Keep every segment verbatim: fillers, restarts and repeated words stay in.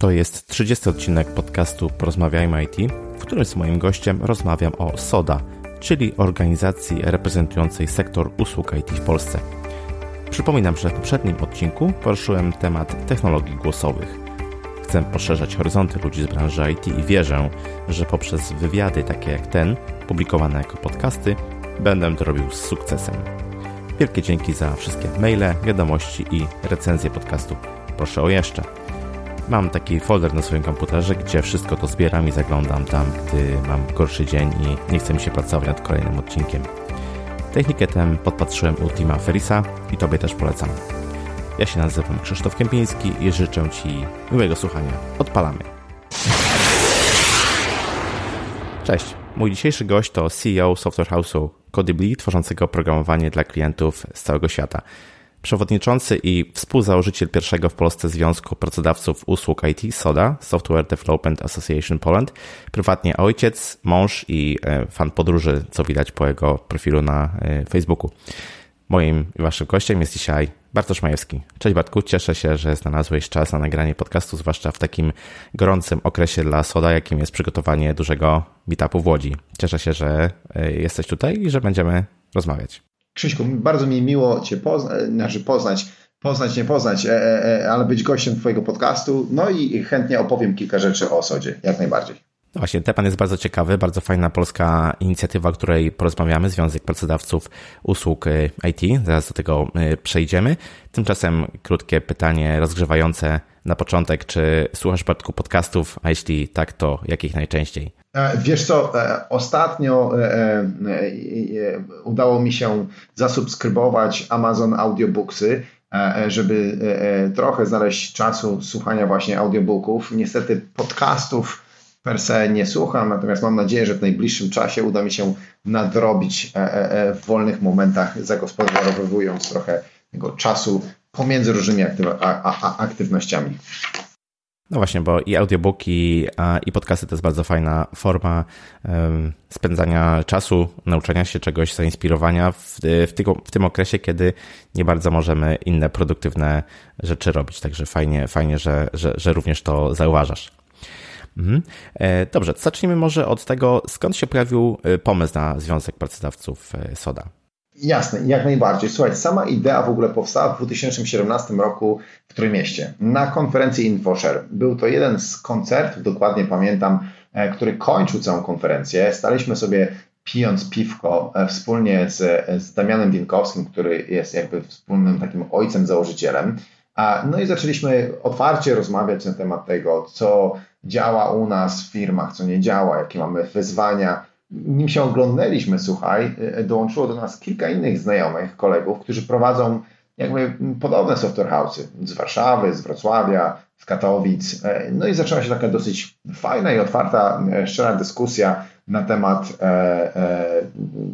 To jest trzydziesty odcinek podcastu Porozmawiajmy I T, w którym z moim gościem rozmawiam o SODA, czyli organizacji reprezentującej sektor usług I T w Polsce. Przypominam, że w poprzednim odcinku poruszyłem temat technologii głosowych. Chcę poszerzać horyzonty ludzi z branży I T i wierzę, że poprzez wywiady takie jak ten, publikowane jako podcasty, będę to robił z sukcesem. Wielkie dzięki za wszystkie maile, wiadomości i recenzje podcastu. Proszę o jeszcze. Mam taki folder na swoim komputerze, gdzie wszystko to zbieram i zaglądam tam, gdy mam gorszy dzień i nie chce mi się pracować nad kolejnym odcinkiem. Technikę tę podpatrzyłem u Tima Ferrisa i Tobie też polecam. Ja się nazywam Krzysztof Kępiński i życzę Ci miłego słuchania. Odpalamy. Cześć, mój dzisiejszy gość to C E O software house'u Codibly, tworzącego oprogramowanie dla klientów z całego świata. Przewodniczący i współzałożyciel pierwszego w Polsce Związku Pracodawców Usług I T SODA, Software Development Association Poland, prywatnie ojciec, mąż i fan podróży, co widać po jego profilu na Facebooku. Moim i waszym gościem jest dzisiaj Bartosz Majewski. Cześć Bartku, cieszę się, że znalazłeś czas na nagranie podcastu, zwłaszcza w takim gorącym okresie dla SODA, jakim jest przygotowanie dużego meetupu w Łodzi. Cieszę się, że jesteś tutaj i że będziemy rozmawiać. Krzyśku, bardzo mi miło Cię poznać, znaczy poznać, poznać, nie poznać, e, e, ale być gościem Twojego podcastu, no i chętnie opowiem kilka rzeczy o SODzie, jak najbardziej. No właśnie, temat jest bardzo ciekawy, bardzo fajna polska inicjatywa, o której porozmawiamy, Związek Pracodawców Usług I T, zaraz do tego przejdziemy. Tymczasem krótkie pytanie rozgrzewające na początek, czy słuchasz Bartku podcastów, a jeśli tak, to jakich najczęściej? Wiesz co, ostatnio udało mi się zasubskrybować Amazon Audiobooksy, żeby trochę znaleźć czasu słuchania właśnie audiobooków. Niestety podcastów per se nie słucham, natomiast mam nadzieję, że w najbliższym czasie uda mi się nadrobić w wolnych momentach, zagospodarowując trochę tego czasu pomiędzy różnymi aktyw- a- a- aktywnościami. No właśnie, bo i audiobooki, i podcasty to jest bardzo fajna forma um, spędzania czasu, nauczania się czegoś, zainspirowania w, w, tygo, w tym okresie, kiedy nie bardzo możemy inne produktywne rzeczy robić. Także fajnie, fajnie że, że, że również to zauważasz. Mhm. Dobrze, zacznijmy może od tego, skąd się pojawił pomysł na Związek Pracodawców SODA. Jasne, jak najbardziej. Słuchaj, sama idea w ogóle powstała w dwa tysiące siedemnastym roku w Trójmieście na konferencji InfoShare. Był to jeden z koncertów, dokładnie pamiętam, który kończył całą konferencję. Staliśmy sobie pijąc piwko wspólnie z, z Damianem Dienkowskim, który jest jakby wspólnym takim ojcem, założycielem. No i zaczęliśmy otwarcie rozmawiać na temat tego, co działa u nas w firmach, co nie działa, jakie mamy wyzwania. Nim się oglądaliśmy, słuchaj, dołączyło do nas kilka innych znajomych, kolegów, którzy prowadzą jakby podobne software house'y z Warszawy, z Wrocławia, z Katowic. No i zaczęła się taka dosyć fajna i otwarta, szczera dyskusja na temat e, e,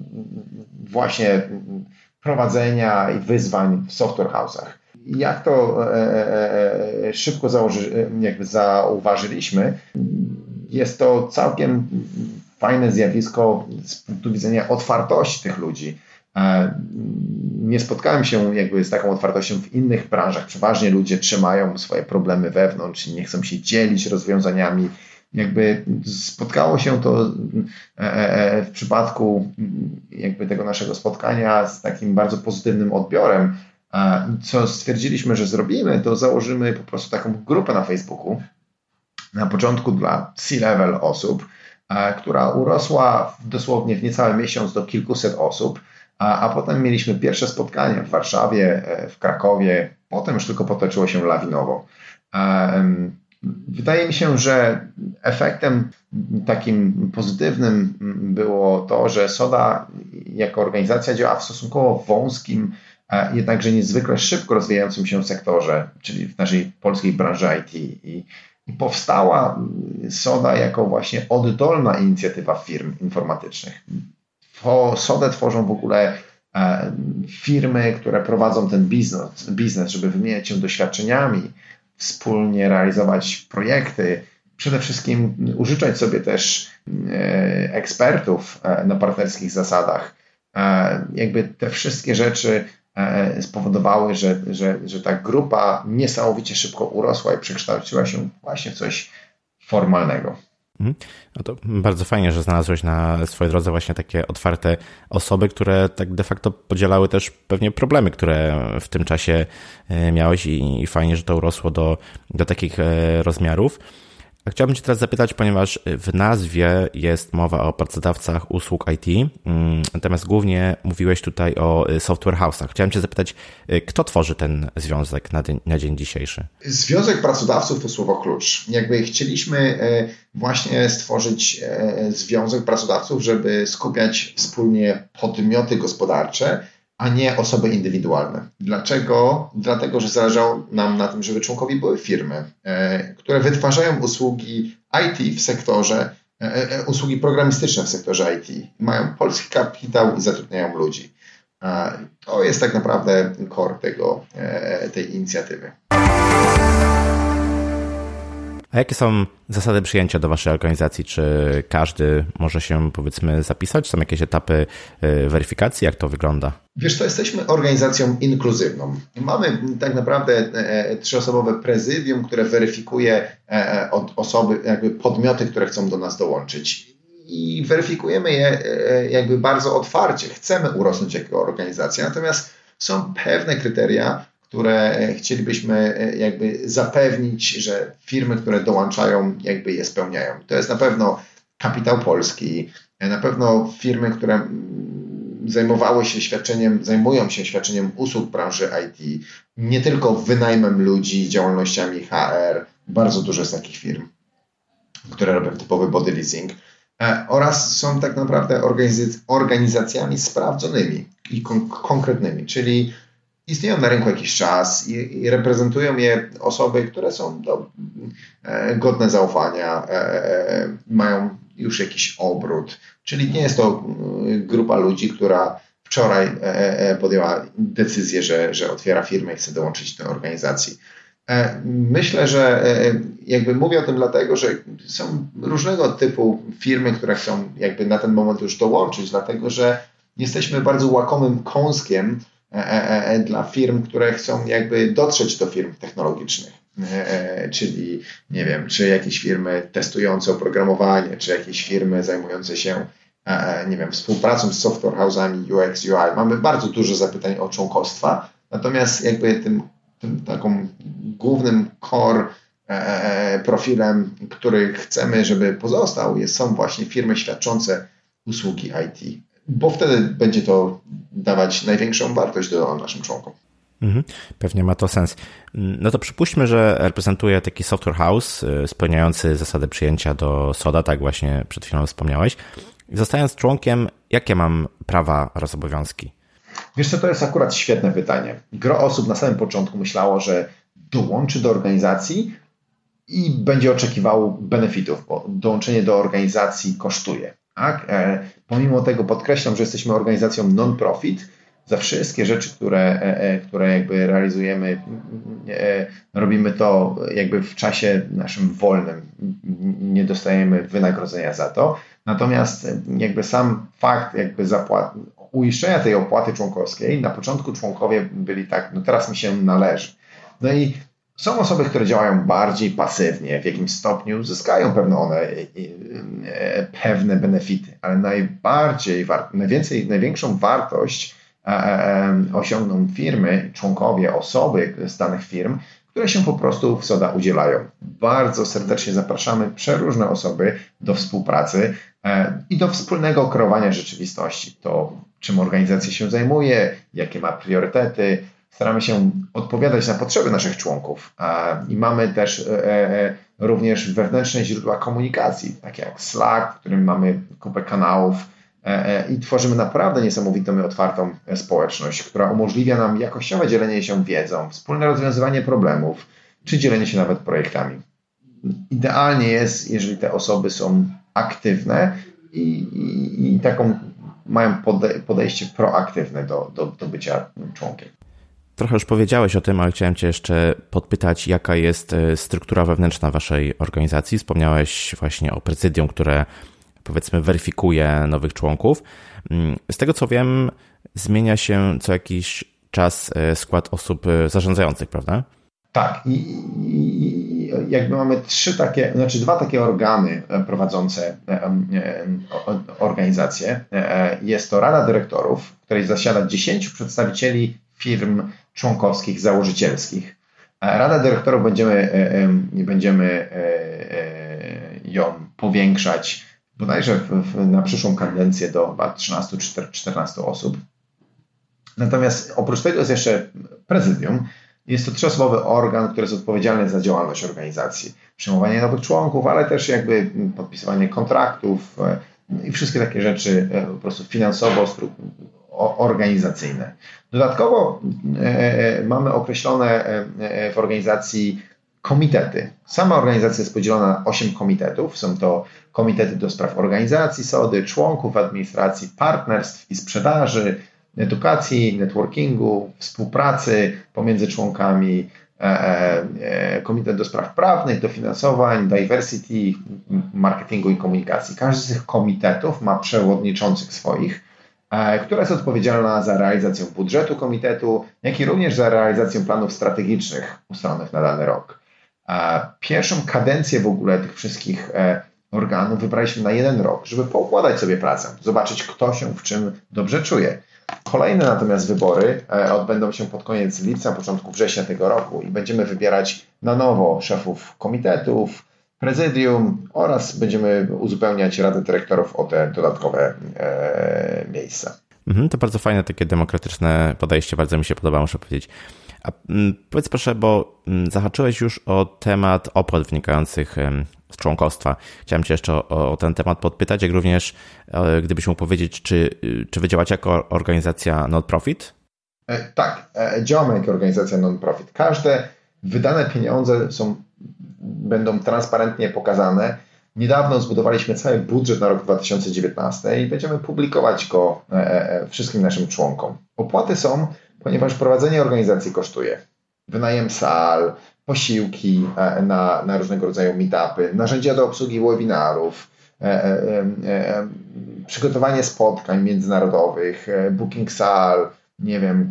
właśnie prowadzenia i wyzwań w software house'ach. Jak to e, e, szybko założy, jakby zauważyliśmy, jest to całkiem fajne zjawisko z punktu widzenia otwartości tych ludzi. E, nie spotkałem się jakby z taką otwartością w innych branżach. Przeważnie ludzie trzymają swoje problemy wewnątrz, nie chcą się dzielić rozwiązaniami. Jakby spotkało się to e, e, w przypadku jakby tego naszego spotkania z takim bardzo pozytywnym odbiorem. Co stwierdziliśmy, że zrobimy, to założymy po prostu taką grupę na Facebooku, na początku dla C-level osób, która urosła dosłownie w niecały miesiąc do kilkuset osób, a, a potem mieliśmy pierwsze spotkania w Warszawie, w Krakowie, potem już tylko potoczyło się lawinowo. Wydaje mi się, że efektem takim pozytywnym było to, że SODA jako organizacja działa w stosunkowo wąskim, jednakże niezwykle szybko rozwijającym się sektorze, czyli w naszej polskiej branży I T. I, i powstała SODA jako właśnie oddolna inicjatywa firm informatycznych. Po SODę tworzą w ogóle e, firmy, które prowadzą ten biznes, biznes, żeby wymieniać się doświadczeniami, wspólnie realizować projekty, przede wszystkim użyczać sobie też e, ekspertów e, na partnerskich zasadach. E, jakby te wszystkie rzeczy spowodowały, że, że, że ta grupa niesamowicie szybko urosła i przekształciła się właśnie w coś formalnego. No to bardzo fajnie, że znalazłeś na swojej drodze właśnie takie otwarte osoby, które tak de facto podzielały też pewnie problemy, które w tym czasie miałeś i fajnie, że to urosło do, do takich rozmiarów. A chciałbym Cię teraz zapytać, ponieważ w nazwie jest mowa o pracodawcach usług I T, natomiast głównie mówiłeś tutaj o software house'ach. Chciałem Cię zapytać, kto tworzy ten związek na dzień, na dzień dzisiejszy? Związek Pracodawców to słowo klucz. Jakby chcieliśmy właśnie stworzyć Związek Pracodawców, żeby skupiać wspólnie podmioty gospodarcze, a nie osoby indywidualne. Dlaczego? Dlatego, że zależało nam na tym, żeby członkowie były firmy, e, które wytwarzają usługi I T w sektorze, e, usługi programistyczne w sektorze I T. Mają polski kapitał i zatrudniają ludzi. E, to jest tak naprawdę core tego, e, tej inicjatywy. A jakie są zasady przyjęcia do Waszej organizacji? Czy każdy może się, powiedzmy, zapisać? Są jakieś etapy weryfikacji? Jak to wygląda? Wiesz co, jesteśmy organizacją inkluzywną. Mamy tak naprawdę trzyosobowe prezydium, które weryfikuje osoby, jakby podmioty, które chcą do nas dołączyć. I weryfikujemy je jakby bardzo otwarcie. Chcemy urosnąć jako organizacja, natomiast są pewne kryteria, które chcielibyśmy jakby zapewnić, że firmy, które dołączają, jakby je spełniają. To jest na pewno kapitał polski, na pewno firmy, które zajmowały się świadczeniem, zajmują się świadczeniem usług branży I T, nie tylko wynajmem ludzi, działalnościami H R, bardzo dużo jest takich firm, które robią typowy body leasing, oraz są tak naprawdę organizac- organizacjami sprawdzonymi i kon- konkretnymi, czyli istnieją na rynku jakiś czas i, i reprezentują je osoby, które są do, e, godne zaufania, e, e, mają już jakiś obrót. Czyli nie jest to grupa ludzi, która wczoraj e, podjęła decyzję, że, że otwiera firmę i chce dołączyć do organizacji. E, myślę, że e, jakby mówię o tym dlatego, że są różnego typu firmy, które chcą jakby na ten moment już dołączyć, dlatego że jesteśmy bardzo łakomym kąskiem dla firm, które chcą jakby dotrzeć do firm technologicznych, czyli nie wiem, czy jakieś firmy testujące oprogramowanie, czy jakieś firmy zajmujące się nie wiem, współpracą z software house'ami U X, U I. Mamy bardzo dużo zapytań o członkostwa, natomiast jakby tym, tym taką głównym core profilem, który chcemy, żeby pozostał, jest, są właśnie firmy świadczące usługi I T. Bo wtedy będzie to dawać największą wartość do naszym członkom. Mhm, pewnie ma to sens. No to przypuśćmy, że reprezentuję taki software house spełniający zasady przyjęcia do SODA, tak właśnie przed chwilą wspomniałeś. Zostając członkiem, jakie mam prawa oraz obowiązki? Wiesz co, to jest akurat świetne pytanie. Gro osób na samym początku myślało, że dołączy do organizacji i będzie oczekiwało benefitów, bo dołączenie do organizacji kosztuje. Tak? E, pomimo tego podkreślam, że jesteśmy organizacją non-profit. Za wszystkie rzeczy, które, e, które jakby realizujemy, e, robimy to jakby w czasie naszym wolnym. Nie dostajemy wynagrodzenia za to. Natomiast jakby sam fakt jakby zapłat, uiszczenia tej opłaty członkowskiej, na początku członkowie byli tak, no teraz mi się należy. No i są osoby, które działają bardziej pasywnie, w jakimś stopniu zyskają pewne one pewne benefity, ale najbardziej, najwięcej, największą wartość osiągną firmy, członkowie, osoby z danych firm, które się po prostu w SODA udzielają. Bardzo serdecznie zapraszamy przeróżne osoby do współpracy i do wspólnego kreowania rzeczywistości. To, czym organizacja się zajmuje, jakie ma priorytety. Staramy się odpowiadać na potrzeby naszych członków i mamy też również wewnętrzne źródła komunikacji, takie jak Slack, w którym mamy kupę kanałów i tworzymy naprawdę niesamowitą i otwartą społeczność, która umożliwia nam jakościowe dzielenie się wiedzą, wspólne rozwiązywanie problemów, czy dzielenie się nawet projektami. Idealnie jest, jeżeli te osoby są aktywne i, i, i taką mają podejście proaktywne do, do, do bycia członkiem. Trochę już powiedziałeś o tym, ale chciałem Cię jeszcze podpytać, jaka jest struktura wewnętrzna Waszej organizacji. Wspomniałeś właśnie o prezydium, które powiedzmy weryfikuje nowych członków. Z tego co wiem, zmienia się co jakiś czas skład osób zarządzających, prawda? Tak. I, i jakby mamy trzy takie, znaczy dwa takie organy prowadzące organizację. Jest to Rada Dyrektorów, w której zasiada dziesięciu przedstawicieli firm członkowskich, założycielskich. Rada Dyrektorów będziemy, będziemy ją powiększać bodajże w, w, na przyszłą kadencję do chyba trzynastu czy czternastu osób. Natomiast oprócz tego jest jeszcze prezydium. Jest to trzyosobowy organ, który jest odpowiedzialny za działalność organizacji. Przyjmowanie nowych członków, ale też jakby podpisywanie kontraktów i wszystkie takie rzeczy po prostu finansowo-organizacyjne. Dodatkowo e, mamy określone e, w organizacji komitety. Sama organizacja jest podzielona na osiem komitetów. Są to komitety do spraw organizacji sody, członków administracji, partnerstw i sprzedaży, edukacji, networkingu, współpracy pomiędzy członkami, e, e, komitet do spraw prawnych, dofinansowań, diversity, marketingu i komunikacji. Każdy z tych komitetów ma przewodniczących swoich, e, która jest odpowiedzialna za realizację budżetu komitetu, jak i również za realizację planów strategicznych ustalonych na dany rok. E, pierwszą kadencję w ogóle tych wszystkich e, organów wybraliśmy na jeden rok, żeby poukładać sobie pracę, zobaczyć, kto się w czym dobrze czuje. Kolejne natomiast wybory odbędą się pod koniec lipca, początku września tego roku i będziemy wybierać na nowo szefów komitetów, prezydium oraz będziemy uzupełniać Radę Dyrektorów o te dodatkowe e, miejsca. Mhm, to bardzo fajne, takie demokratyczne podejście, bardzo mi się podoba, muszę powiedzieć. A powiedz proszę, bo zahaczyłeś już o temat opłat wynikających z członkostwa. Chciałem Cię jeszcze o, o ten temat podpytać, jak również gdybyś mógł powiedzieć, czy, czy wy działacie jako organizacja non-profit? E, tak, e, działamy jako organizacja non-profit. Każde wydane pieniądze są, będą transparentnie pokazane. Niedawno zbudowaliśmy cały budżet na rok dwa tysiące dziewiętnasty i będziemy publikować go e, e, wszystkim naszym członkom. Opłaty są, ponieważ prowadzenie organizacji kosztuje. Wynajem sal, posiłki na, na różnego rodzaju meetupy, narzędzia do obsługi webinarów, e, e, e, przygotowanie spotkań międzynarodowych, e, booking sal, nie wiem,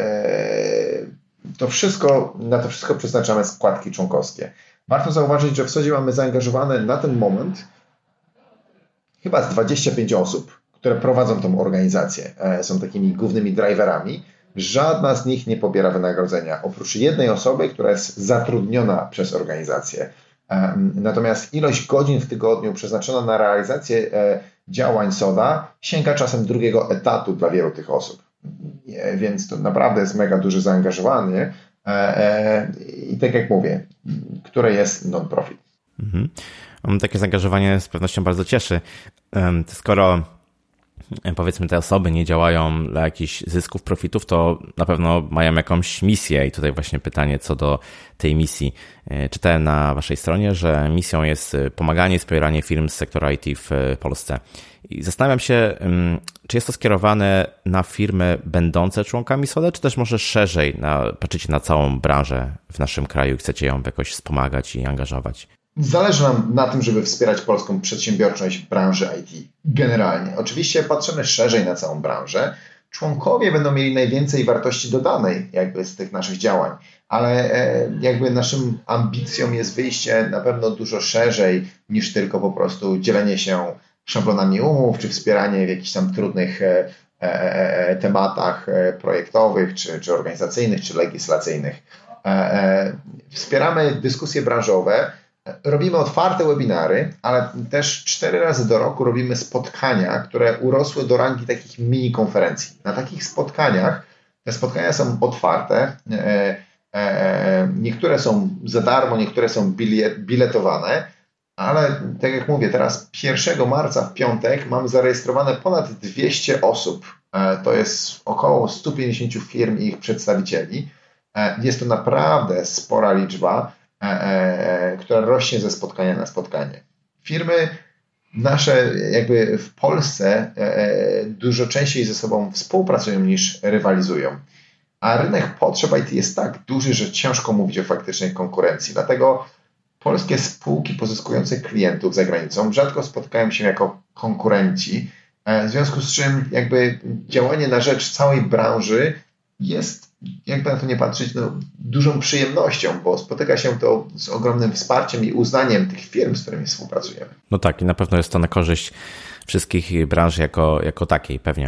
e, to wszystko, na to wszystko przeznaczamy składki członkowskie. Warto zauważyć, że w Sodzie mamy zaangażowane na ten moment chyba z dwadzieścia pięć osób, które prowadzą tą organizację, e, są takimi głównymi driverami. Żadna z nich nie pobiera wynagrodzenia, oprócz jednej osoby, która jest zatrudniona przez organizację. Natomiast ilość godzin w tygodniu przeznaczona na realizację działań SODA sięga czasem drugiego etatu dla wielu tych osób. Więc to naprawdę jest mega duże zaangażowanie i tak jak mówię, które jest non-profit. Mhm. Takie zaangażowanie z pewnością bardzo cieszy. Skoro powiedzmy te osoby nie działają dla jakichś zysków, profitów, to na pewno mają jakąś misję i tutaj właśnie pytanie co do tej misji. Czytałem na waszej stronie, że misją jest pomaganie i wspieranie firm z sektora I T w Polsce. I zastanawiam się, czy jest to skierowane na firmy będące członkami SODA, czy też może szerzej na, patrzycie na całą branżę w naszym kraju i chcecie ją jakoś wspomagać i angażować? Zależy nam na tym, żeby wspierać polską przedsiębiorczość w branży I T generalnie. Oczywiście patrzymy szerzej na całą branżę. Członkowie będą mieli najwięcej wartości dodanej jakby z tych naszych działań, ale jakby naszym ambicją jest wyjście na pewno dużo szerzej niż tylko po prostu dzielenie się szablonami umów, czy wspieranie w jakichś tam trudnych tematach projektowych, czy, czy organizacyjnych, czy legislacyjnych. Wspieramy dyskusje branżowe. Robimy otwarte webinary, ale też cztery razy do roku robimy spotkania, które urosły do rangi takich mini konferencji. Na takich spotkaniach, te spotkania są otwarte, e, e, niektóre są za darmo, niektóre są biletowane, ale tak jak mówię, teraz pierwszego marca w piątek mamy zarejestrowane ponad dwieście osób. E, to jest około sto pięćdziesiąt firm i ich przedstawicieli. E, jest to naprawdę spora liczba, która rośnie ze spotkania na spotkanie. Firmy nasze jakby w Polsce dużo częściej ze sobą współpracują niż rywalizują. A rynek potrzeb I T jest tak duży, że ciężko mówić o faktycznej konkurencji. Dlatego polskie spółki pozyskujące klientów za granicą rzadko spotykają się jako konkurenci, w związku z czym jakby działanie na rzecz całej branży jest, jakby na to nie patrzeć, no, dużą przyjemnością, bo spotyka się to z ogromnym wsparciem i uznaniem tych firm, z którymi współpracujemy. No tak, i na pewno jest to na korzyść wszystkich branż jako, jako takiej, pewnie.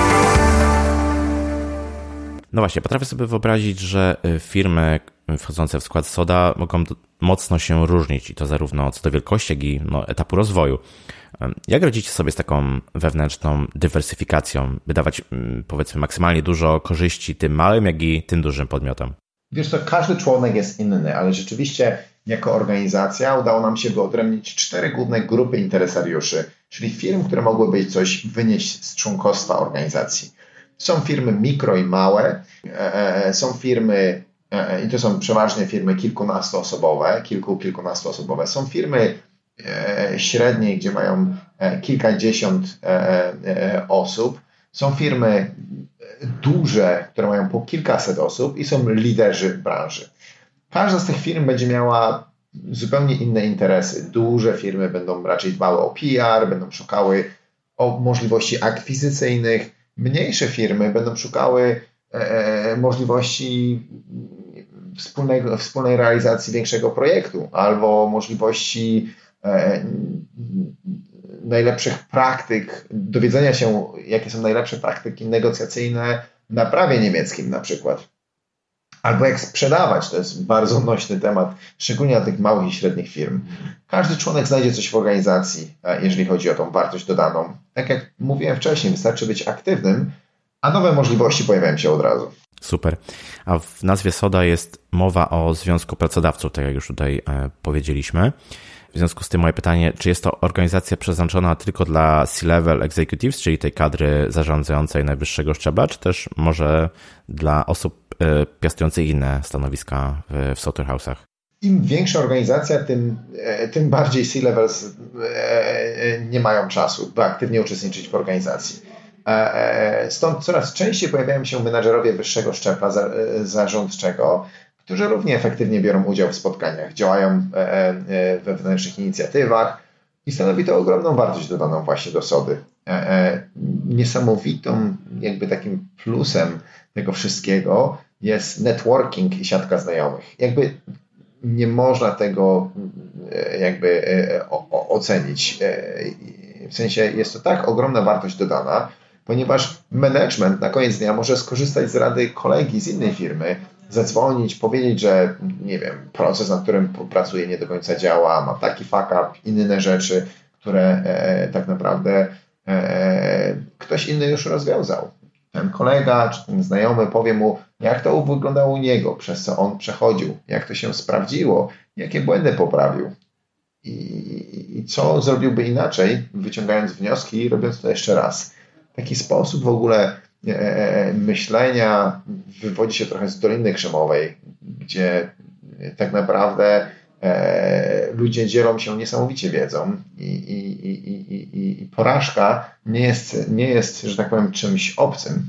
No właśnie, potrafię sobie wyobrazić, że firmy wchodzące w skład SODA mogą mocno się różnić i to zarówno co do wielkości, jak i no, etapu rozwoju. Jak radzicie sobie z taką wewnętrzną dywersyfikacją, by dawać powiedzmy maksymalnie dużo korzyści tym małym, jak i tym dużym podmiotom? Wiesz co, każdy członek jest inny, ale rzeczywiście jako organizacja udało nam się wyodrębnić cztery główne grupy interesariuszy, czyli firm, które mogłyby coś wynieść z członkostwa organizacji. Są firmy mikro i małe, są firmy, i to są przeważnie firmy kilkunastoosobowe, kilku, kilkunastoosobowe. Są firmy średnie, gdzie mają kilkadziesiąt osób. Są firmy duże, które mają po kilkaset osób i są liderzy branży. Każda z tych firm będzie miała zupełnie inne interesy. Duże firmy będą raczej dbały o P R, będą szukały o możliwości akwizycyjnych. Mniejsze firmy będą szukały e, możliwości wspólnego, wspólnej realizacji większego projektu albo możliwości e, najlepszych praktyk, dowiedzenia się, jakie są najlepsze praktyki negocjacyjne na prawie niemieckim na przykład. Albo jak sprzedawać, to jest bardzo nośny temat, szczególnie dla tych małych i średnich firm. Każdy członek znajdzie coś w organizacji, jeżeli chodzi o tą wartość dodaną. Tak jak mówiłem wcześniej, wystarczy być aktywnym, a nowe możliwości pojawiają się od razu. Super. A w nazwie SODA jest mowa o Związku Pracodawców, tak jak już tutaj powiedzieliśmy. W związku z tym moje pytanie, czy jest to organizacja przeznaczona tylko dla C-level executives, czyli tej kadry zarządzającej najwyższego szczebla, czy też może dla osób piastujących inne stanowiska w software house'ach? Im większa organizacja, tym, tym bardziej C-levels nie mają czasu, by aktywnie uczestniczyć w organizacji. Stąd coraz częściej pojawiają się menadżerowie wyższego szczebla zarządczego, którzy równie efektywnie biorą udział w spotkaniach, działają we wewnętrznych inicjatywach i stanowi to ogromną wartość dodaną właśnie do SODY. Niesamowitą jakby takim plusem tego wszystkiego jest networking i siatka znajomych. Jakby nie można tego jakby ocenić. W sensie jest to tak ogromna wartość dodana, ponieważ management na koniec dnia może skorzystać z rady kolegi z innej firmy, zadzwonić, powiedzieć, że nie wiem, proces, nad którym pracuję, nie do końca działa, ma taki fuck up, inne rzeczy, które e, tak naprawdę e, ktoś inny już rozwiązał. Ten kolega czy ten znajomy powie mu, jak to wyglądało u niego, przez co on przechodził, jak to się sprawdziło, jakie błędy poprawił i, i co zrobiłby inaczej, wyciągając wnioski i robiąc to jeszcze raz. Taki sposób w ogóle e, myślenia wywodzi się trochę z Doliny Krzemowej, gdzie tak naprawdę e, ludzie dzielą się niesamowicie wiedzą i, i, i, i, i porażka nie jest, nie jest, że tak powiem, czymś obcym.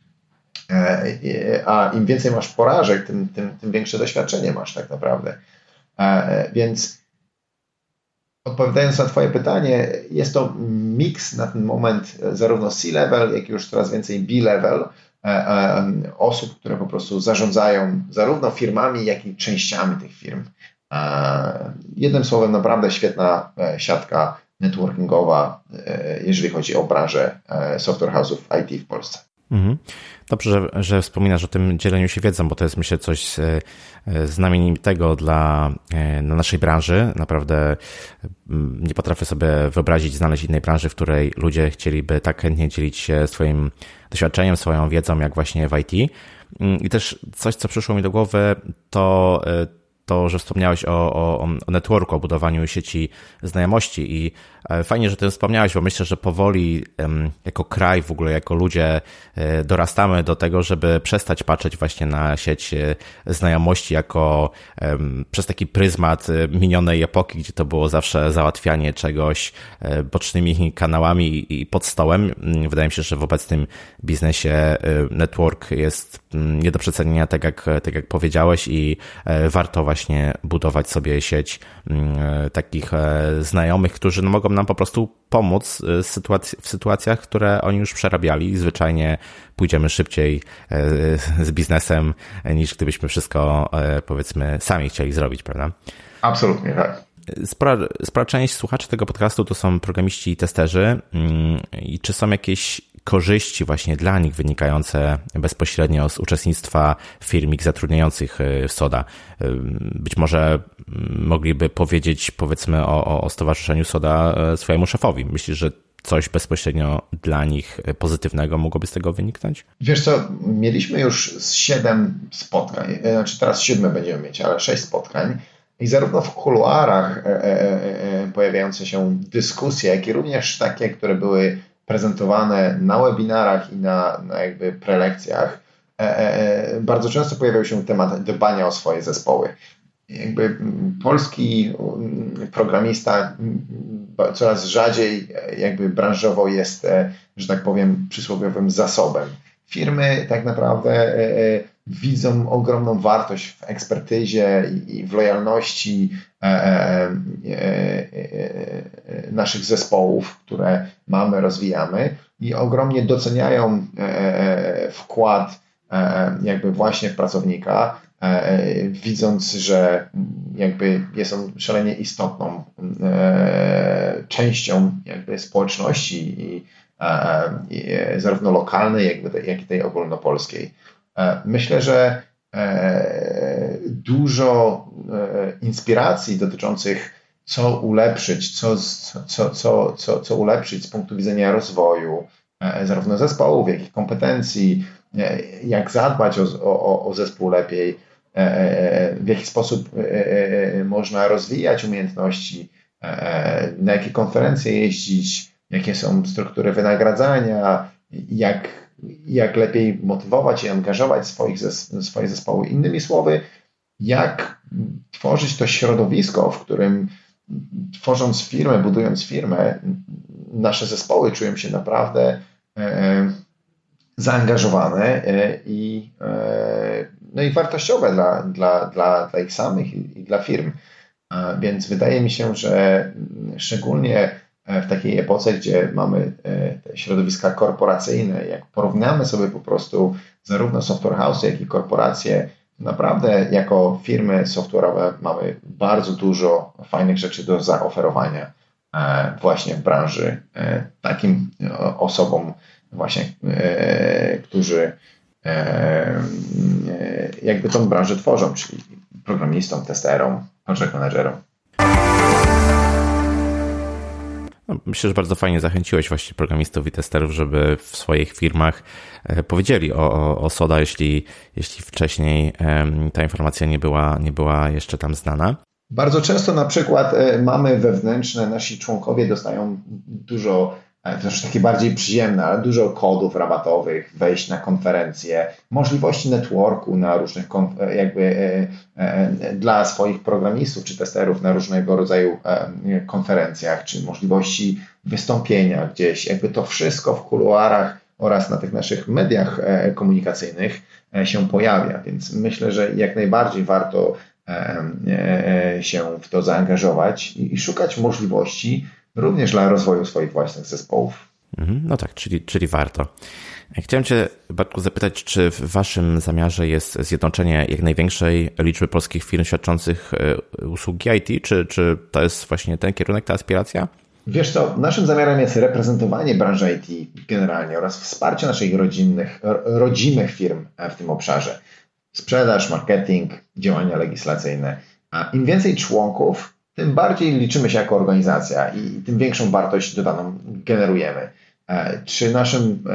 E, a im więcej masz porażek, tym, tym, tym większe doświadczenie masz tak naprawdę. E, więc odpowiadając na Twoje pytanie, jest to miks na ten moment zarówno C-level, jak i już coraz więcej B-level osób, które po prostu zarządzają zarówno firmami, jak i częściami tych firm. Jednym słowem, naprawdę świetna siatka networkingowa, jeżeli chodzi o branżę software house'ów I T w Polsce. Mhm. Dobrze, że, że wspominasz o tym dzieleniu się wiedzą, bo to jest, myślę, coś znamienitego dla, dla naszej branży. Naprawdę nie potrafię sobie wyobrazić, znaleźć innej branży, w której ludzie chcieliby tak chętnie dzielić się swoim doświadczeniem, swoją wiedzą, jak właśnie w I T. I też coś, co przyszło mi do głowy, to to, że wspomniałeś o, o, o networku, o budowaniu sieci znajomości i fajnie, że ty wspomniałeś, bo myślę, że powoli jako kraj, w ogóle jako ludzie dorastamy do tego, żeby przestać patrzeć właśnie na sieć znajomości jako przez taki pryzmat minionej epoki, gdzie to było zawsze załatwianie czegoś bocznymi kanałami i pod stołem. Wydaje mi się, że w obecnym biznesie network jest nie do przecenienia, tak jak, tak jak powiedziałeś i warto właśnie właśnie budować sobie sieć takich znajomych, którzy no mogą nam po prostu pomóc w sytuacjach, które oni już przerabiali i zwyczajnie pójdziemy szybciej z biznesem, niż gdybyśmy wszystko, powiedzmy, sami chcieli zrobić, prawda? Absolutnie, tak. Spora, spora część słuchaczy tego podcastu to są programiści i testerzy. I czy są jakieś korzyści właśnie dla nich wynikające bezpośrednio z uczestnictwa firm zatrudniających SODA? Być może mogliby powiedzieć, powiedzmy, o, o stowarzyszeniu SODA swojemu szefowi. Myślisz, że coś bezpośrednio dla nich pozytywnego mogłoby z tego wyniknąć? Wiesz co, mieliśmy już siedem spotkań, znaczy teraz siódme będziemy mieć, ale sześć spotkań. I zarówno w kuluarach e, e, e, pojawiające się dyskusje, jak i również takie, które były prezentowane na webinarach i na, na jakby prelekcjach, e, e, bardzo często pojawiał się temat dbania o swoje zespoły. Jakby polski programista coraz rzadziej jakby branżowo jest, że tak powiem, przysłowiowym zasobem. Firmy tak naprawdę e, e, widzą ogromną wartość w ekspertyzie i w lojalności e, e, e, naszych zespołów, które mamy, rozwijamy i ogromnie doceniają e, wkład e, jakby właśnie w pracownika, e, widząc, że jakby jest on szalenie istotną e, częścią jakby społeczności i, e, i zarówno lokalnej, jak, jak i tej ogólnopolskiej. Myślę, że dużo inspiracji dotyczących co ulepszyć, co, co, co, co, co ulepszyć z punktu widzenia rozwoju zarówno zespołów, jak i kompetencji, jak zadbać o, o, o zespół lepiej, w jaki sposób można rozwijać umiejętności, na jakie konferencje jeździć, jakie są struktury wynagradzania, jak jak lepiej motywować i angażować swoich zes- swoje zespoły. Innymi słowy, jak tworzyć to środowisko, w którym tworząc firmę, budując firmę, nasze zespoły czują się naprawdę e, zaangażowane e, i, e, no i wartościowe dla, dla, dla, dla ich samych i, i dla firm. A więc wydaje mi się, że szczególnie w takiej epoce, gdzie mamy te środowiska korporacyjne, jak porównamy sobie po prostu zarówno software house, jak i korporacje, naprawdę jako firmy software'owe mamy bardzo dużo fajnych rzeczy do zaoferowania właśnie w branży takim osobom właśnie, którzy jakby tą branżę tworzą, czyli programistom, testerom, project managerom. No, myślę, że bardzo fajnie zachęciłeś właśnie programistów i testerów, żeby w swoich firmach powiedzieli o, o, o SODA, jeśli, jeśli wcześniej ta informacja nie była, nie była jeszcze tam znana. Bardzo często na przykład mamy wewnętrzne, nasi członkowie dostają dużo, też takie bardziej przyziemne, ale dużo kodów rabatowych, wejść na konferencje, możliwości networku na różnych, jakby dla swoich programistów czy testerów na różnego rodzaju konferencjach, czy możliwości wystąpienia gdzieś. Jakby to wszystko w kuluarach oraz na tych naszych mediach komunikacyjnych się pojawia, więc myślę, że jak najbardziej warto się w to zaangażować i szukać możliwości również dla rozwoju swoich własnych zespołów. No tak, czyli, czyli warto. Chciałem Cię, Bartku, zapytać, czy w Waszym zamiarze jest zjednoczenie jak największej liczby polskich firm świadczących usługi I T, czy, czy to jest właśnie ten kierunek, ta aspiracja? Wiesz co, naszym zamiarem jest reprezentowanie branży I T generalnie oraz wsparcie naszych rodzinnych, rodzimych firm w tym obszarze. Sprzedaż, marketing, działania legislacyjne. A im więcej członków, tym bardziej liczymy się jako organizacja i tym większą wartość dodaną generujemy. Czy naszym,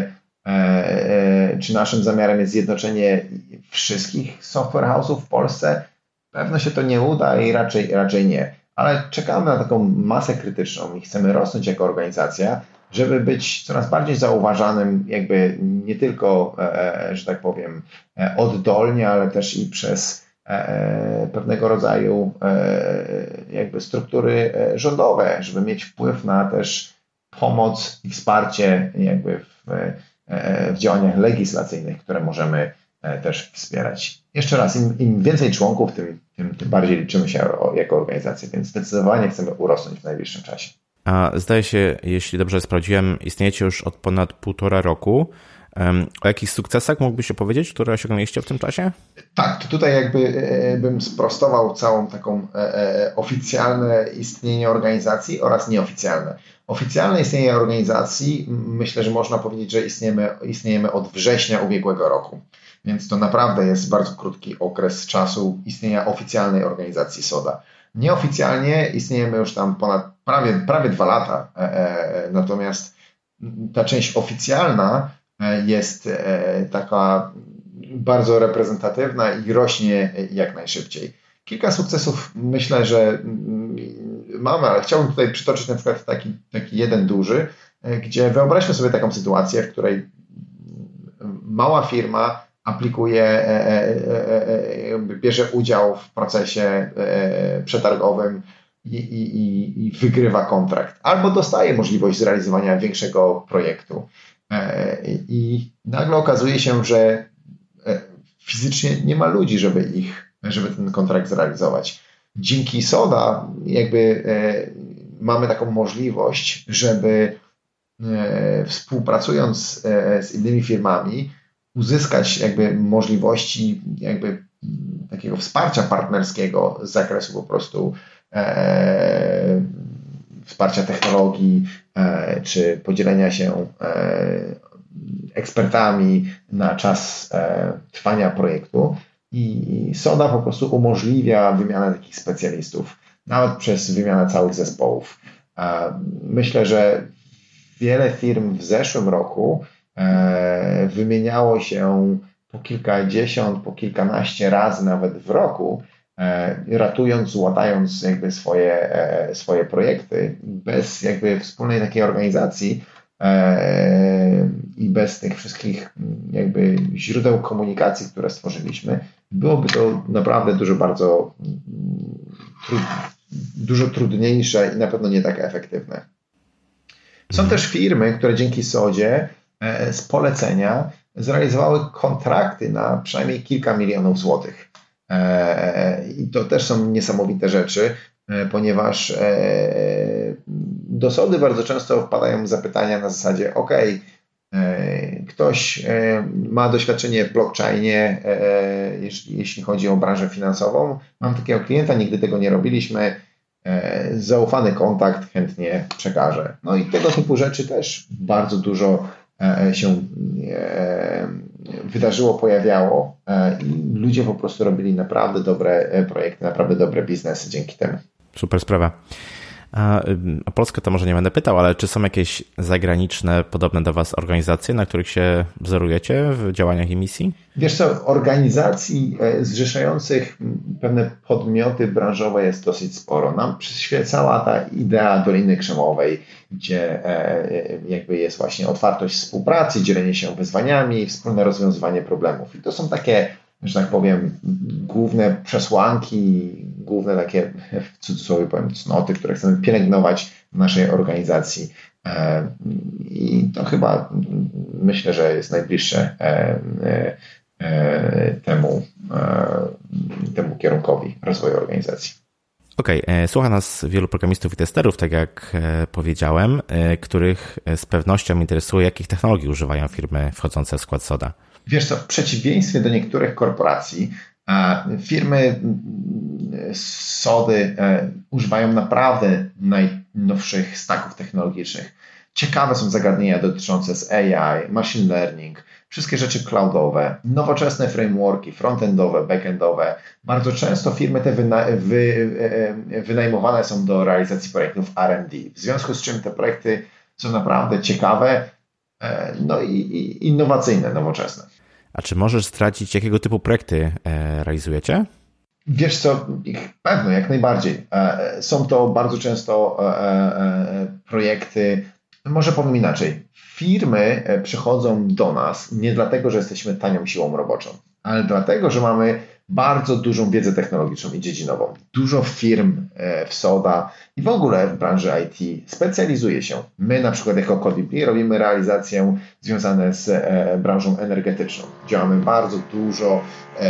czy naszym zamiarem jest zjednoczenie wszystkich software house'ów w Polsce? Pewno się to nie uda i raczej, raczej nie. Ale czekamy na taką masę krytyczną i chcemy rosnąć jako organizacja, żeby być coraz bardziej zauważanym jakby nie tylko, że tak powiem, oddolnie, ale też i przez pewnego rodzaju jakby struktury rządowe, żeby mieć wpływ na też pomoc i wsparcie jakby w, w działaniach legislacyjnych, które możemy też wspierać. Jeszcze raz, im, im więcej członków, tym, tym, tym bardziej liczymy się jako organizacja, więc zdecydowanie chcemy urosnąć w najbliższym czasie. A zdaje się, jeśli dobrze sprawdziłem, istniejecie już od ponad półtora roku. O jakich sukcesach mógłbyś opowiedzieć, które osiągnęliście w tym czasie? Tak, to tutaj jakby bym sprostował całą taką oficjalne istnienie organizacji oraz nieoficjalne. Oficjalne istnienie organizacji, myślę, że można powiedzieć, że istniejemy, istniejemy od września ubiegłego roku. Więc to naprawdę jest bardzo krótki okres czasu istnienia oficjalnej organizacji SODA. Nieoficjalnie istniejemy już tam ponad prawie, prawie dwa lata. Natomiast ta część oficjalna jest taka bardzo reprezentatywna i rośnie jak najszybciej. Kilka sukcesów myślę, że mamy, ale chciałbym tutaj przytoczyć na przykład taki, taki jeden duży, gdzie wyobraźmy sobie taką sytuację, w której mała firma aplikuje, bierze udział w procesie przetargowym i, i, i wygrywa kontrakt, albo dostaje możliwość zrealizowania większego projektu. I nagle okazuje się, że fizycznie nie ma ludzi, żeby ich, żeby ten kontrakt zrealizować. Dzięki SODA jakby mamy taką możliwość, żeby współpracując z innymi firmami uzyskać jakby możliwości jakby takiego wsparcia partnerskiego z zakresu po prostu e, wsparcia technologii e, czy podzielenia się e, ekspertami na czas e, trwania projektu i SODA po prostu umożliwia wymianę takich specjalistów, nawet przez wymianę całych zespołów. E, myślę, że wiele firm w zeszłym roku e, wymieniało się po kilkadziesiąt, po kilkanaście razy nawet w roku, ratując, łatając jakby swoje, swoje projekty bez jakby wspólnej takiej organizacji i bez tych wszystkich jakby źródeł komunikacji, które stworzyliśmy, byłoby to naprawdę dużo bardzo trud, dużo trudniejsze i na pewno nie tak efektywne. Są też firmy, które dzięki SODzie z polecenia zrealizowały kontrakty na przynajmniej kilka milionów złotych. I to też są niesamowite rzeczy, ponieważ do SODy bardzo często wpadają zapytania na zasadzie ok, ktoś ma doświadczenie w blockchainie, jeśli chodzi o branżę finansową, mam takiego klienta, nigdy tego nie robiliśmy, zaufany kontakt, chętnie przekażę. No i tego typu rzeczy też bardzo dużo się wydarzyło, pojawiało i ludzie po prostu robili naprawdę dobre projekty, naprawdę dobre biznesy dzięki temu. Super sprawa. A o Polskę to może nie będę pytał, ale czy są jakieś zagraniczne, podobne do Was organizacje, na których się wzorujecie w działaniach i misji? Wiesz co, organizacji zrzeszających pewne podmioty branżowe jest dosyć sporo. Nam przyświecała ta idea Doliny Krzemowej, gdzie jakby jest właśnie otwartość współpracy, dzielenie się wyzwaniami, wspólne rozwiązywanie problemów. I to są takie, że tak powiem, główne przesłanki, główne takie, w cudzysłowie powiem, cnoty, które chcemy pielęgnować w naszej organizacji. I to chyba myślę, że jest najbliższe temu, temu kierunkowi rozwoju organizacji. Okej, okay. Słucha nas wielu programistów i testerów, tak jak powiedziałem, których z pewnością interesuje, jakich technologii używają firmy wchodzące w skład SODA. Wiesz co, w przeciwieństwie do niektórych korporacji, firmy SODy używają naprawdę najnowszych stacków technologicznych. Ciekawe są zagadnienia dotyczące z A I, machine learning, wszystkie rzeczy cloudowe, nowoczesne frameworki frontendowe, backendowe. Bardzo często firmy te wyna- wy- wynajmowane są do realizacji projektów R and D, w związku z czym te projekty są naprawdę ciekawe, no i, i innowacyjne, nowoczesne. A czy możesz zdradzić, jakiego typu projekty realizujecie? Wiesz co, pewno, jak najbardziej. Są to bardzo często projekty, może powiem inaczej, firmy przychodzą do nas nie dlatego, że jesteśmy tanią siłą roboczą, ale dlatego, że mamy bardzo dużą wiedzę technologiczną i dziedzinową. Dużo firm w Soda i w ogóle w branży I T specjalizuje się. My na przykład jako Codibly robimy realizację związane z branżą energetyczną. Działamy bardzo dużo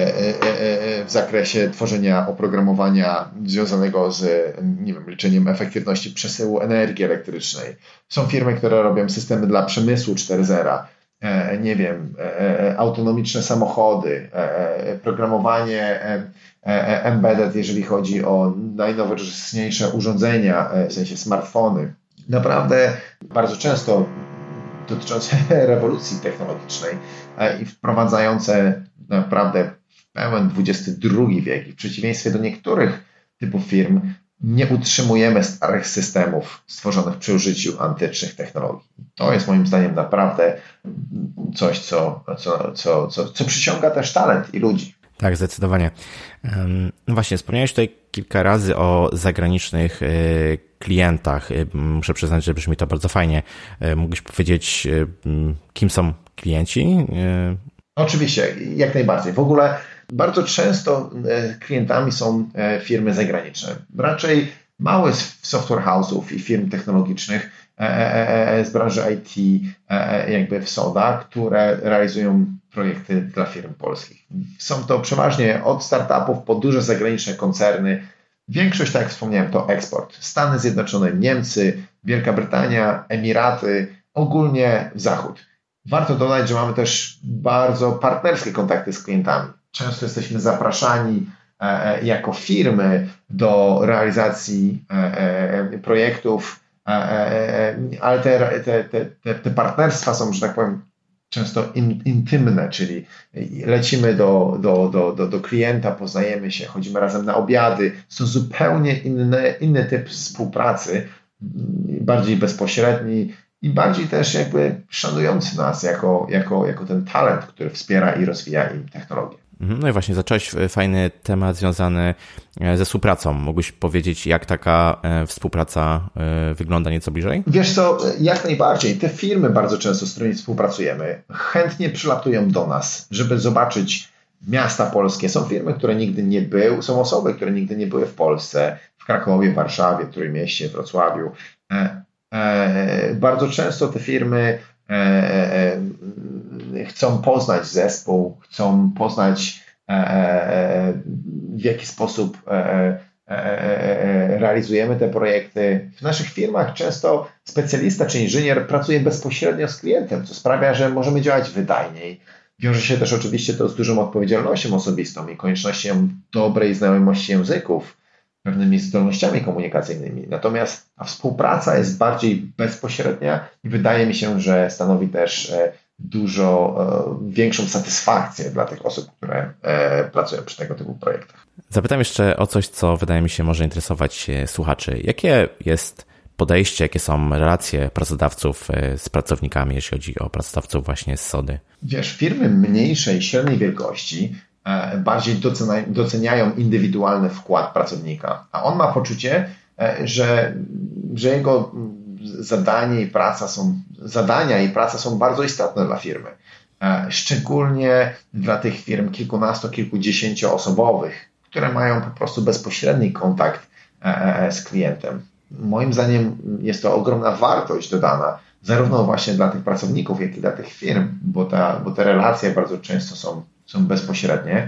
w zakresie tworzenia oprogramowania związanego z, nie wiem, liczeniem efektywności przesyłu energii elektrycznej. Są firmy, które robią systemy dla przemysłu cztery zero. Nie wiem, autonomiczne samochody, programowanie embedded, jeżeli chodzi o najnowocześniejsze urządzenia, w sensie smartfony. Naprawdę bardzo często dotyczące rewolucji technologicznej i wprowadzające naprawdę w pełen dwudziesty drugi wiek. I w przeciwieństwie do niektórych typów firm nie utrzymujemy starych systemów stworzonych przy użyciu antycznych technologii. To jest moim zdaniem naprawdę coś, co, co, co, co, co przyciąga też talent i ludzi. Tak, zdecydowanie. No właśnie, wspomniałeś tutaj kilka razy o zagranicznych klientach. Muszę przyznać, że brzmi to bardzo fajnie. Mógłbyś powiedzieć, kim są klienci? Oczywiście, jak najbardziej. W ogóle bardzo często klientami są firmy zagraniczne. Raczej małe software house'ów i firm technologicznych z branży I T, jakby w Soda, które realizują projekty dla firm polskich. Są to przeważnie od startupów po duże zagraniczne koncerny. Większość, tak jak wspomniałem, to eksport. Stany Zjednoczone, Niemcy, Wielka Brytania, Emiraty, ogólnie Zachód. Warto dodać, że mamy też bardzo partnerskie kontakty z klientami. Często jesteśmy zapraszani e, jako firmy do realizacji e, e, projektów, e, e, ale te, te, te, te partnerstwa są, że tak powiem, często in, intymne, czyli lecimy do, do, do, do, do klienta, poznajemy się, chodzimy razem na obiady. To zupełnie inny, inny typ współpracy, bardziej bezpośredni i bardziej też jakby szanujący nas jako, jako, jako ten talent, który wspiera i rozwija im technologię. No i właśnie, zacząłeś fajny temat związany ze współpracą. Mógłbyś powiedzieć, jak taka współpraca wygląda nieco bliżej? Wiesz co, jak najbardziej. Te firmy bardzo często, z którymi współpracujemy, chętnie przylatują do nas, żeby zobaczyć miasta polskie. Są firmy, które nigdy nie były, są osoby, które nigdy nie były w Polsce, w Krakowie, Warszawie, Trójmieście, Wrocławiu. Bardzo często te firmy chcą poznać zespół, chcą poznać w jaki sposób realizujemy te projekty. W naszych firmach często specjalista czy inżynier pracuje bezpośrednio z klientem, co sprawia, że możemy działać wydajniej. Wiąże się też oczywiście to z dużą odpowiedzialnością osobistą i koniecznością dobrej znajomości języków, pewnymi zdolnościami komunikacyjnymi. Natomiast ta współpraca jest bardziej bezpośrednia i wydaje mi się, że stanowi też dużo e, większą satysfakcję dla tych osób, które e, pracują przy tego typu projektach. Zapytam jeszcze o coś, co wydaje mi się może interesować słuchaczy. Jakie jest podejście, jakie są relacje pracodawców z pracownikami, jeśli chodzi o pracodawców właśnie z Sody? Wiesz, firmy mniejszej, średniej wielkości e, bardziej docenia, doceniają indywidualny wkład pracownika, a on ma poczucie, e, że, że jego zadanie i praca są, zadania i praca są bardzo istotne dla firmy. Szczególnie dla tych firm kilkunasto, kilkudziesięcioosobowych, które mają po prostu bezpośredni kontakt z klientem. Moim zdaniem jest to ogromna wartość dodana, zarówno właśnie dla tych pracowników, jak i dla tych firm, bo, ta, bo te relacje bardzo często są, są bezpośrednie,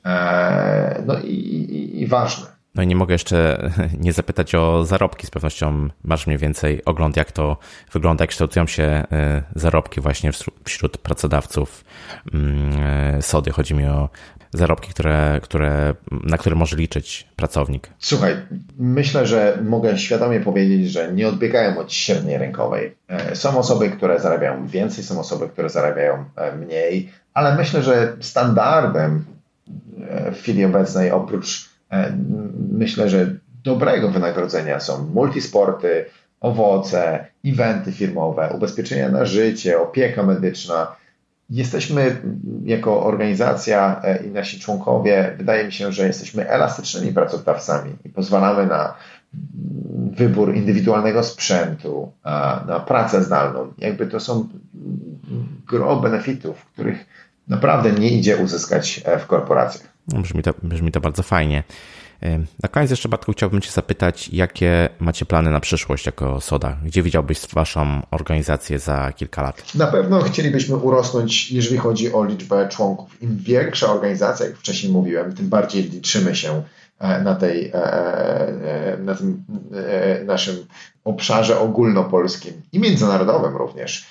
no i, i, i ważne. No i nie mogę jeszcze nie zapytać o zarobki. Z pewnością masz mniej więcej ogląd, jak to wygląda, jak kształtują się zarobki właśnie wśród pracodawców Sody. Chodzi mi o zarobki, które, które, na które może liczyć pracownik. Słuchaj, myślę, że mogę świadomie powiedzieć, że nie odbiegają od średniej rynkowej. Są osoby, które zarabiają więcej, są osoby, które zarabiają mniej, ale myślę, że standardem w chwili obecnej oprócz myślę, że dobrego wynagrodzenia są multisporty, owoce, eventy firmowe, ubezpieczenia na życie, opieka medyczna. Jesteśmy jako organizacja i nasi członkowie, wydaje mi się, że jesteśmy elastycznymi pracodawcami i pozwalamy na wybór indywidualnego sprzętu, na pracę zdalną. Jakby to są gro benefitów, których naprawdę nie idzie uzyskać w korporacjach. No, brzmi to, brzmi to bardzo fajnie. Na koniec jeszcze, Bartku, chciałbym Cię zapytać, jakie macie plany na przyszłość jako Soda? Gdzie widziałbyś Waszą organizację za kilka lat? Na pewno chcielibyśmy urosnąć, jeżeli chodzi o liczbę członków. Im większa organizacja, jak wcześniej mówiłem, tym bardziej liczymy się na, tej, na tym naszym obszarze ogólnopolskim i międzynarodowym również.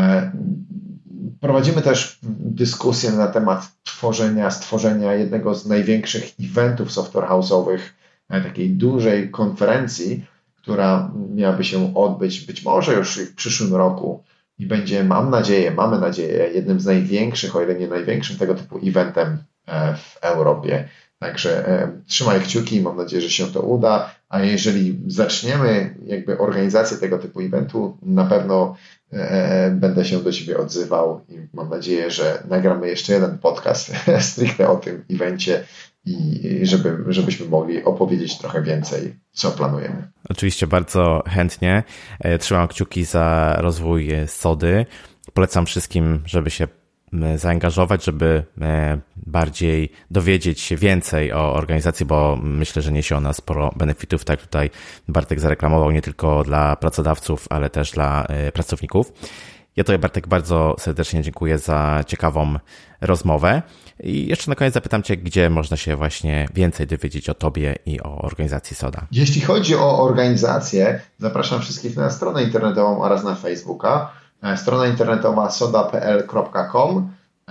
Prowadzimy też dyskusję na temat tworzenia, stworzenia jednego z największych eventów software house'owych, takiej dużej konferencji, która miałaby się odbyć być może już w przyszłym roku i będzie, mam nadzieję, mamy nadzieję, jednym z największych, o ile nie największym tego typu eventem w Europie. Także e, trzymaj kciuki i mam nadzieję, że się to uda, a jeżeli zaczniemy jakby organizację tego typu eventu, na pewno e, będę się do Ciebie odzywał i mam nadzieję, że nagramy jeszcze jeden podcast stricte o tym evencie i żeby, żebyśmy mogli opowiedzieć trochę więcej, co planujemy. Oczywiście bardzo chętnie. Trzymam kciuki za rozwój Sody. Polecam wszystkim, żeby się zaangażować, żeby bardziej dowiedzieć się więcej o organizacji, bo myślę, że niesie ona sporo benefitów, tak tutaj Bartek zareklamował, nie tylko dla pracodawców, ale też dla pracowników. Ja Tobie, Bartek, bardzo serdecznie dziękuję za ciekawą rozmowę i jeszcze na koniec zapytam Cię, gdzie można się właśnie więcej dowiedzieć o Tobie i o organizacji Soda. Jeśli chodzi o organizację, zapraszam wszystkich na stronę internetową oraz na Facebooka. Strona internetowa soda kropka p l kropka com.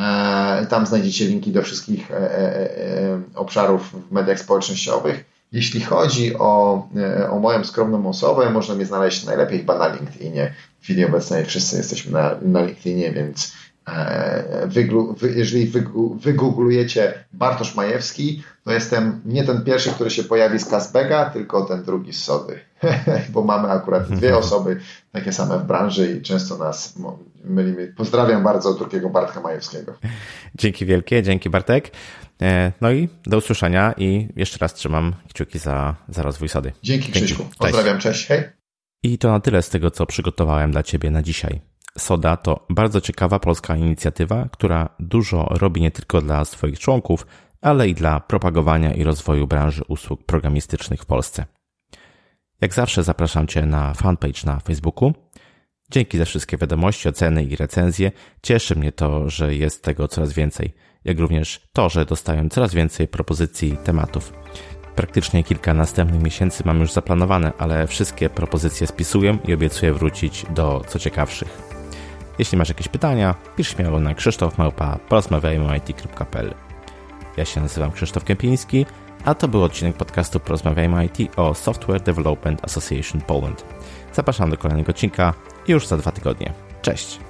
Tam znajdziecie linki do wszystkich obszarów w mediach społecznościowych. Jeśli chodzi o, o moją skromną osobę, można mnie znaleźć najlepiej chyba na LinkedInie. W chwili obecnej wszyscy jesteśmy na, na LinkedInie, więc wyglu, wy, jeżeli wygu, wygooglujecie Bartosz Majewski, to jestem nie ten pierwszy, który się pojawi z Kazbega, tylko ten drugi z Sody. Bo mamy akurat dwie osoby takie same w branży i często nas mylimy. Pozdrawiam bardzo drugiego Bartka Majewskiego. Dzięki wielkie, dzięki Bartek. No i do usłyszenia i jeszcze raz trzymam kciuki za, za rozwój Sody. Dzięki, Krzyśku. Pozdrawiam, cześć. Hej. I to na tyle z tego, co przygotowałem dla Ciebie na dzisiaj. Soda to bardzo ciekawa polska inicjatywa, która dużo robi nie tylko dla swoich członków, ale i dla propagowania i rozwoju branży usług programistycznych w Polsce. Jak zawsze zapraszam Cię na fanpage na Facebooku. Dzięki za wszystkie wiadomości, oceny i recenzje. Cieszy mnie to, że jest tego coraz więcej, jak również to, że dostaję coraz więcej propozycji tematów. Praktycznie kilka następnych miesięcy mam już zaplanowane, ale wszystkie propozycje spisuję i obiecuję wrócić do co ciekawszych. Jeśli masz jakieś pytania, pisz śmiało na krzysztof małpa porozmawiajmy i t kropka p l. Ja się nazywam Krzysztof Kępiński, a to był odcinek podcastu Porozmawiajmy I T o Software Development Association Poland. Zapraszam do kolejnego odcinka już za dwa tygodnie. Cześć!